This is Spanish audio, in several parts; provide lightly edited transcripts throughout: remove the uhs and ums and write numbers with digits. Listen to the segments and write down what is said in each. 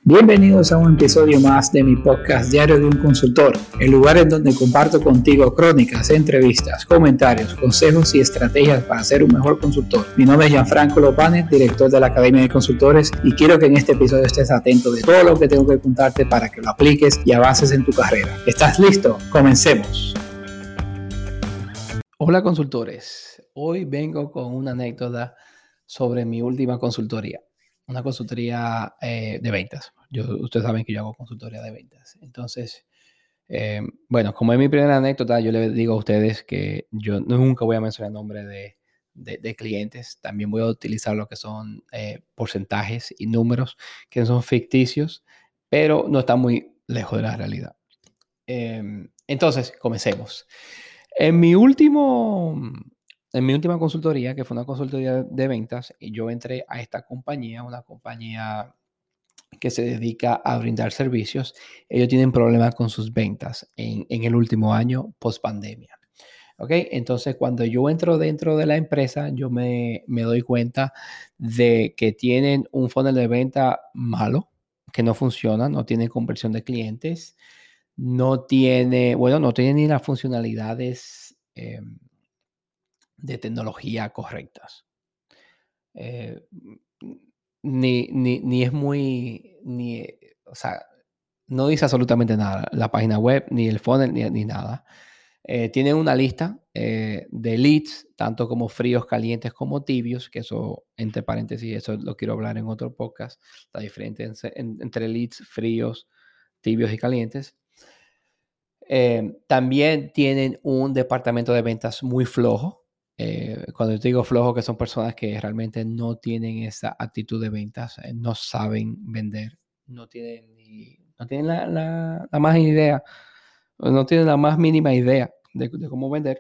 Bienvenidos a un episodio más de mi podcast Diario de un Consultor, el lugar en donde comparto contigo crónicas, entrevistas, comentarios, consejos y estrategias para ser un mejor consultor. Mi nombre es Gianfranco Lopane, director de la Academia de Consultores, y quiero que en este episodio estés atento de todo lo que tengo que contarte para que lo apliques y avances en tu carrera. ¿Estás listo? Comencemos. Hola consultores, hoy vengo con una anécdota sobre mi última consultoría. Una consultoría de ventas. Ustedes saben que yo hago consultoría de ventas. Entonces, como es mi primera anécdota, yo les digo a ustedes que yo nunca voy a mencionar el nombre de clientes. También voy a utilizar lo que son porcentajes y números que son ficticios, pero no están muy lejos de la realidad. Entonces, comencemos. En mi última consultoría, que fue una consultoría de ventas, yo entré a esta compañía, una compañía que se dedica a brindar servicios. Ellos tienen problemas con sus ventas en el último año post pandemia. ¿Ok? Entonces, cuando yo entro dentro de la empresa, yo me doy cuenta de que tienen un funnel de venta malo, que no funciona, no tiene conversión de clientes, no tiene ni las funcionalidades de tecnología correctas. Ni es muy, no dice absolutamente nada. La página web, ni el funnel, ni nada. Tiene una lista de leads, tanto como fríos, calientes, como tibios, que eso, entre paréntesis, eso lo quiero hablar en otro podcast, la diferencia entre leads, fríos, tibios y calientes. También tienen un departamento de ventas muy flojo. Cuando yo digo flojo, que son personas que realmente no tienen esa actitud de ventas, no saben vender, no tienen la más idea, no tienen la más mínima idea de cómo vender.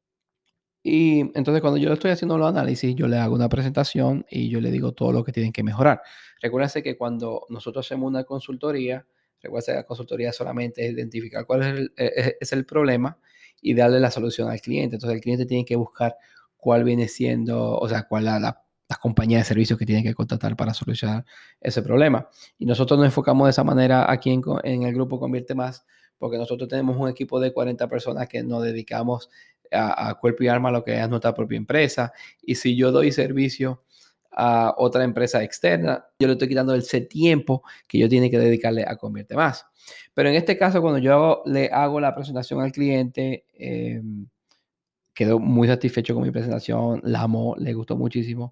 Y entonces cuando yo estoy haciendo los análisis, yo le hago una presentación y yo le digo todo lo que tienen que mejorar. Recuérdense que cuando nosotros hacemos una consultoría, recuérdense que la consultoría solamente es identificar cuál es el problema y darle la solución al cliente. Entonces el cliente tiene que buscar cuál viene siendo, o sea, cuál es la compañía de servicios que tiene que contratar para solucionar ese problema. Y nosotros nos enfocamos de esa manera aquí en el grupo Convierte Más, porque nosotros tenemos un equipo de 40 personas que nos dedicamos a cuerpo y alma lo que es nuestra propia empresa. Y si yo doy servicio a otra empresa externa, yo le estoy quitando ese tiempo que yo tiene que dedicarle a Convierte Más. Pero en este caso, cuando yo le hago la presentación al cliente, quedó muy satisfecho con mi presentación, la amó, le gustó muchísimo.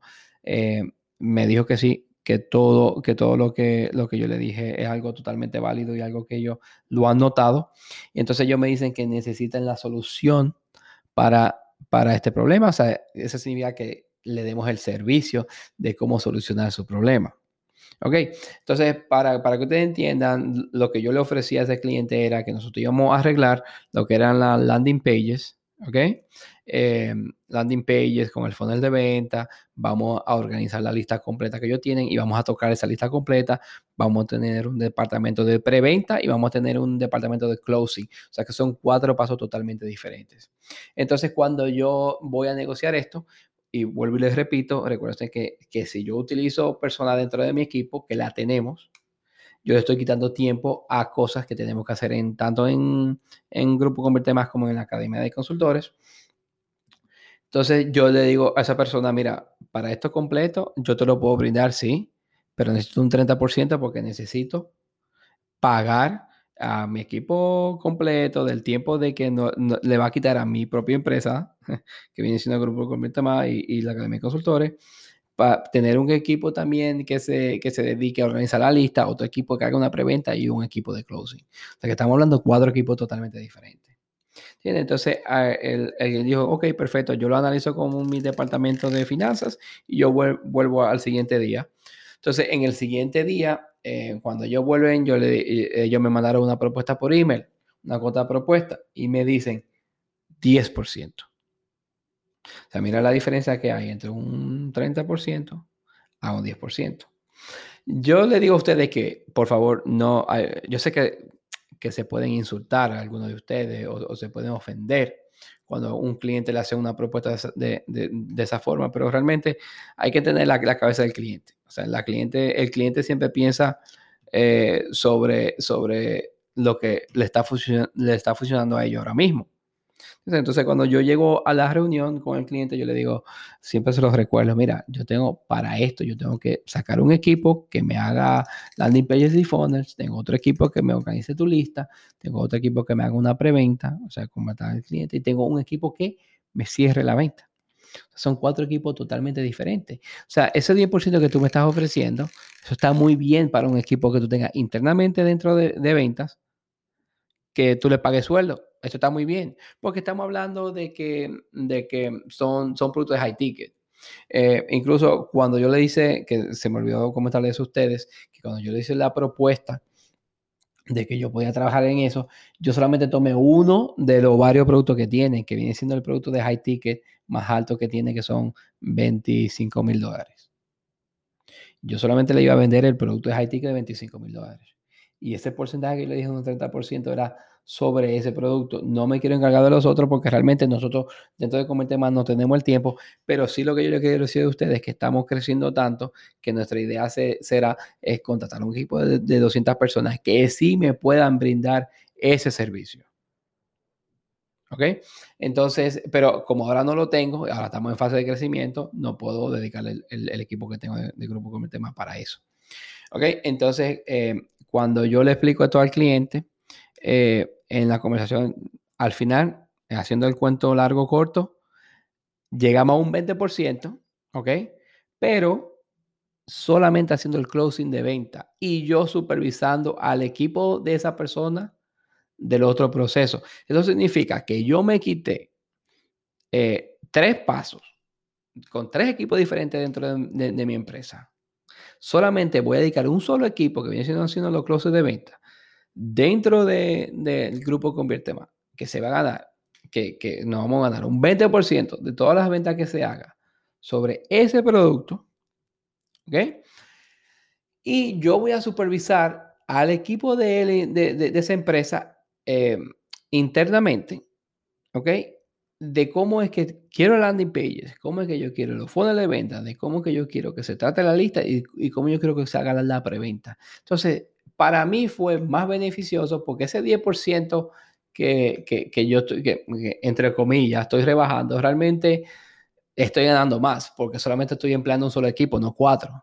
Me dijo que sí, que todo lo que yo le dije es algo totalmente válido y algo que ellos lo han notado. Y entonces ellos me dicen que necesitan la solución para este problema. O sea, eso significa que le demos el servicio de cómo solucionar su problema. ¿Ok? Entonces, para que ustedes entiendan, lo que yo le ofrecía a ese cliente era que nosotros íbamos a arreglar lo que eran las landing pages, ¿ok? Landing pages con el funnel de venta, vamos a organizar la lista completa que ellos tienen y vamos a tocar esa lista completa, vamos a tener un departamento de preventa y vamos a tener un departamento de closing, o sea que son 4 pasos totalmente diferentes. Entonces, cuando yo voy a negociar esto, y vuelvo y les repito, recuerden que si yo utilizo personas dentro de mi equipo, que la tenemos, yo le estoy quitando tiempo a cosas que tenemos que hacer tanto en Grupo Convierte Más como en la Academia de Consultores. Entonces yo le digo a esa persona, mira, para esto completo yo te lo puedo brindar, sí, pero necesito un 30% porque necesito pagar a mi equipo completo del tiempo de que no le va a quitar a mi propia empresa, que viene siendo el Grupo Convierte Más y la Academia de Consultores, para tener un equipo también que se dedique a organizar la lista, otro equipo que haga una preventa y un equipo de closing. O sea que estamos hablando de 4 equipos totalmente diferentes. ¿Entiendes? Entonces, él dijo, ok, perfecto, yo lo analizo con mi departamento de finanzas y yo vuelvo al siguiente día. Entonces, en el siguiente día, cuando ellos vuelven, ellos me mandaron una propuesta por email, una propuesta, y me dicen 10%. O sea, mira la diferencia que hay entre un 30% a un 10%. Yo le digo a ustedes que, por favor, no, yo sé que se pueden insultar a algunos de ustedes o se pueden ofender cuando un cliente le hace una propuesta de esa forma, pero realmente hay que tener la cabeza del cliente. O sea, el cliente siempre piensa sobre lo que le está funcionando a ellos ahora mismo. Entonces, cuando yo llego a la reunión con el cliente, yo le digo, siempre se los recuerdo, mira, yo tengo para esto, yo tengo que sacar un equipo que me haga landing pages y funnels, tengo otro equipo que me organice tu lista, tengo otro equipo que me haga una preventa, o sea, combatar al cliente, y tengo un equipo que me cierre la venta. Son 4 equipos totalmente diferentes. O sea, ese 10% que tú me estás ofreciendo, eso está muy bien para un equipo que tú tengas internamente dentro de ventas, que tú le pagues sueldo. Eso está muy bien, porque estamos hablando de que son productos de high ticket. Incluso cuando yo le hice, que se me olvidó comentarles a ustedes, que cuando yo le hice la propuesta de que yo podía trabajar en eso, yo solamente tomé uno de los varios productos que tienen, que viene siendo el producto de high ticket más alto que tiene, que son $25,000. Yo solamente le iba a vender el producto de high ticket de $25,000. Y ese porcentaje que yo le dije, un 30%, era sobre ese producto. No me quiero encargar de los otros porque realmente nosotros dentro de Comer Temas no tenemos el tiempo, pero sí lo que yo le quiero decir a ustedes es que estamos creciendo tanto que nuestra idea será contratar un equipo de 200 personas que sí me puedan brindar ese servicio. ¿Ok? Entonces, pero como ahora no lo tengo, ahora estamos en fase de crecimiento, no puedo dedicarle el equipo que tengo de Grupo Comer Temas para eso. ¿Ok? Entonces, cuando yo le explico esto al cliente, en la conversación, al final, haciendo el cuento largo corto, llegamos a un 20%, ¿ok? Pero solamente haciendo el closing de venta y yo supervisando al equipo de esa persona del otro proceso. Eso significa que yo me quité 3 pasos con 3 equipos diferentes dentro de mi empresa. Solamente voy a dedicar un solo equipo que viene siendo haciendo los closes de venta dentro del grupo Convierte Más, que se va a ganar, que nos vamos a ganar un 20% de todas las ventas que se haga sobre ese producto, ¿ok? Y yo voy a supervisar al equipo de esa empresa internamente, ¿ok? De cómo es que quiero landing pages, cómo es que yo quiero los funnels de venta, de cómo es que yo quiero que se trate la lista y cómo yo quiero que se haga la preventa. Entonces, para mí fue más beneficioso porque ese 10% que yo estoy, que entre comillas, estoy rebajando, realmente estoy ganando más porque solamente estoy empleando un solo equipo, no 4.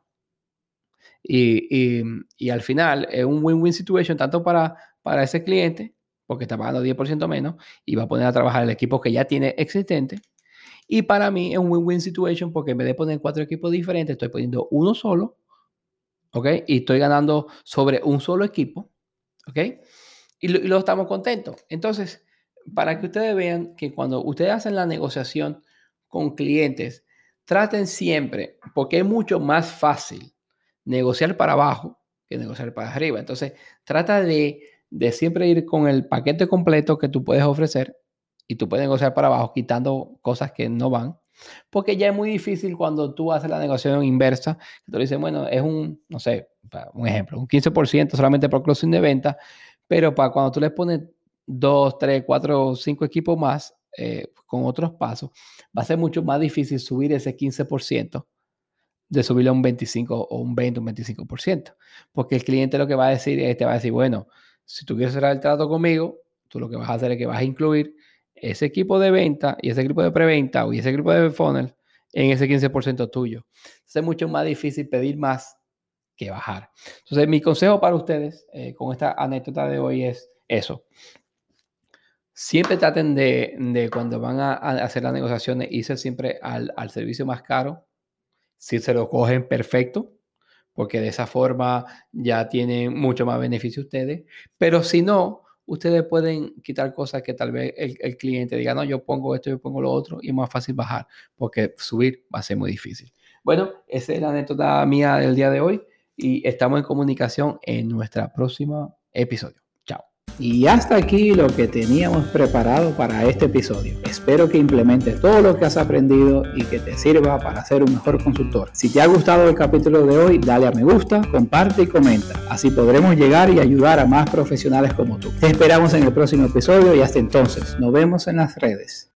Y al final es un win-win situation tanto para ese cliente, porque está pagando 10% menos y va a poner a trabajar el equipo que ya tiene existente. Y para mí es un win-win situation porque en vez de poner 4 equipos diferentes, estoy poniendo uno solo, ¿ok? Y estoy ganando sobre un solo equipo, ¿ok? Y lo estamos contentos. Entonces, para que ustedes vean que cuando ustedes hacen la negociación con clientes, traten siempre, porque es mucho más fácil negociar para abajo que negociar para arriba. Entonces, trata de siempre ir con el paquete completo que tú puedes ofrecer y tú puedes negociar para abajo quitando cosas que no van, porque ya es muy difícil cuando tú haces la negociación inversa, que tú le dices, bueno, es no sé, un ejemplo, un 15% solamente por closing de venta, pero para cuando tú le pones 2, 3, 4, 5 equipos más con otros pasos, va a ser mucho más difícil subir ese 15% de subirlo a un 25 o un 20, un 25%. Porque el cliente lo que va a decir es, te va a decir, bueno, si tú quieres cerrar el trato conmigo, tú lo que vas a hacer es que vas a incluir ese equipo de venta y ese equipo de preventa y ese equipo de funnel en ese 15% tuyo. Entonces es mucho más difícil pedir más que bajar. Entonces mi consejo para ustedes con esta anécdota de hoy es eso. Siempre traten de cuando van a hacer las negociaciones, irse siempre al servicio más caro. Si se lo cogen, perfecto, porque de esa forma ya tienen mucho más beneficio ustedes. Pero si no, ustedes pueden quitar cosas que tal vez el cliente diga, no, yo pongo esto, yo pongo lo otro, y es más fácil bajar, porque subir va a ser muy difícil. Bueno, esa es la anécdota mía del día de hoy y estamos en comunicación en nuestro próximo episodio. Chao. Y hasta aquí lo que teníamos preparado para este episodio. Espero que implementes todo lo que has aprendido y que te sirva para ser un mejor consultor. Si te ha gustado el capítulo de hoy, dale a me gusta, comparte y comenta. Así podremos llegar y ayudar a más profesionales como tú. Te esperamos en el próximo episodio y hasta entonces, nos vemos en las redes.